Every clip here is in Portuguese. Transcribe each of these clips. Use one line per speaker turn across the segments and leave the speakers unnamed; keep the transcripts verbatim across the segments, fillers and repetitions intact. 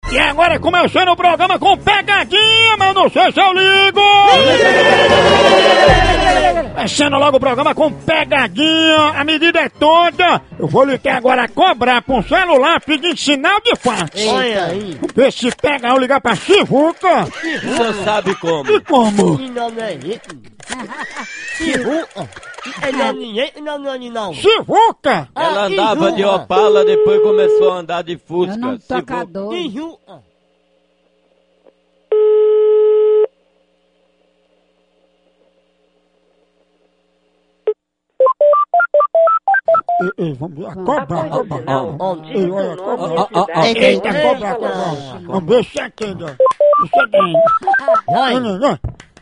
E agora começando o programa com pegadinha, mas não sei se eu ligo! Começando logo o programa com pegadinha, a medida é toda. Eu vou ligar agora cobrar pra um celular pedindo sinal de fax.
Olha aí.
Vê se pega ao ligar pra Sivuca.
Você sabe como?
E como?
Não, não é isso. Sivuca. É não, ninguém, não, não, não.
Sivuca?
Ela andava de Opala, depois começou a andar de Fusca.
Eu não tocador.
Sivuca.
Ei, ei, vamos ver, cobrar, cobrar.
Homem.
Ei, olha, cobrar.
É que-
Eita, cobrar, cobrar. Vamos ver se atende. Se atende.
Vai.
Não, não, não.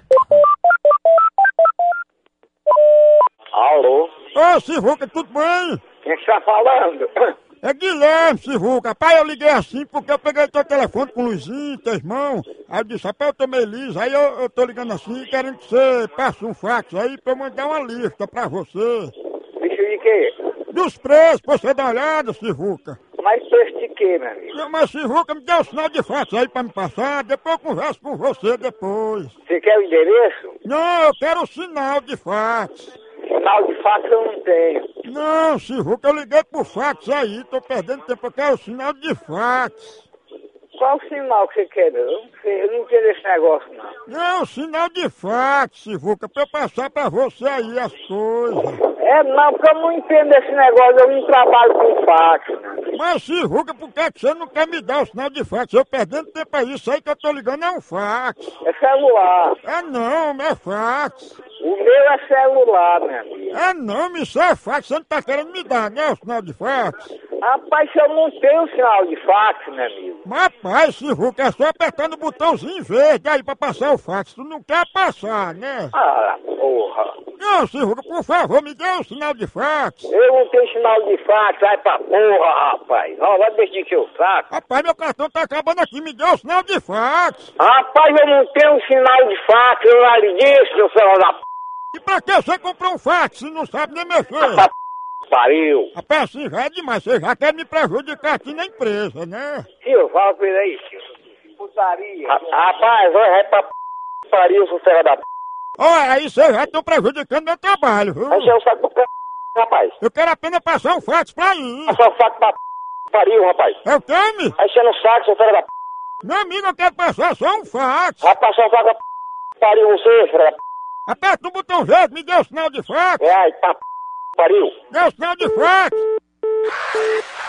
Alô?
Ô, Sivuca, tudo bem?
Quem está falando?
É Guilherme, Sivuca. Pai, eu liguei assim porque eu peguei teu telefone com o Luizinho, teu irmão. Aí eu disse, rapaz, eu tô meio liso. Aí eu, eu tô ligando assim, querendo que você passe um fax aí pra eu mandar uma lista pra você.
Bicho de quê?
Dos preços, pra você dar uma olhada, Sivuca.
Mas preço de quê, meu amigo?
Não, mas Sivuca, me dê o sinal de fax aí pra me passar, depois eu converso com você depois.
Você quer o endereço?
Não, eu quero o sinal de fax.
Sinal de fax eu não tenho.
Não, Sivuca, eu liguei pro fax aí, tô perdendo tempo, eu quero o sinal de fax.
Qual sinal que você quer? Eu não sei, eu não entendo esse negócio, não.
Não, sinal de fax, Sivuca, pra eu passar pra você aí as coisas.
É, não, porque eu não entendo esse negócio, eu não trabalho com fax, né?
Mas, Sivuca, por que que você não quer me dar o sinal de fax? Eu perdendo tempo aí, isso aí que eu tô ligando é um fax.
É celular.
É não, é fax.
O meu é celular, meu amigo.
É não, isso é fax, você não tá querendo me dar, né, o sinal de fax?
Rapaz, eu não tenho sinal de fax, meu amigo.
Mas, rapaz, Sivuca, é só apertando o botãozinho verde aí pra passar o fax. Tu não quer passar, né?
Ah, porra.
Não, Sivuca, por favor, me dê o sinal de fax.
Eu não tenho sinal de fax, vai pra porra, rapaz. Ó, vai deixar que eu saco.
Rapaz, meu cartão tá acabando aqui, me dê o sinal de fax.
Rapaz, eu não tenho sinal de fax, eu não lhe disse, seu filho da p...
E pra que você comprou um fax se não sabe nem mexer?
Pra p... pariu.
Rapaz, assim já é demais, você já quer me prejudicar aqui na empresa, né?
Tio, fala com ele aí, tio. Putaria. Rapaz, vai pra p... pariu, seu filho da p...
Olha, aí vocês já estão prejudicando meu trabalho, viu?
Aí você é um saco do p... rapaz.
Eu quero apenas passar um fax pra ir.
Passar o saco pra p... pariu, rapaz.
É o quê,
Aí você não sabe, seu filho da p...
meu amigo, eu quero passar só um fax.
vai passar o saco pra p... pariu você, filho da p...
Aperta no botão verde, me dê o sinal de fax.
é, aí pra p... pariu.
Dê o sinal de fax.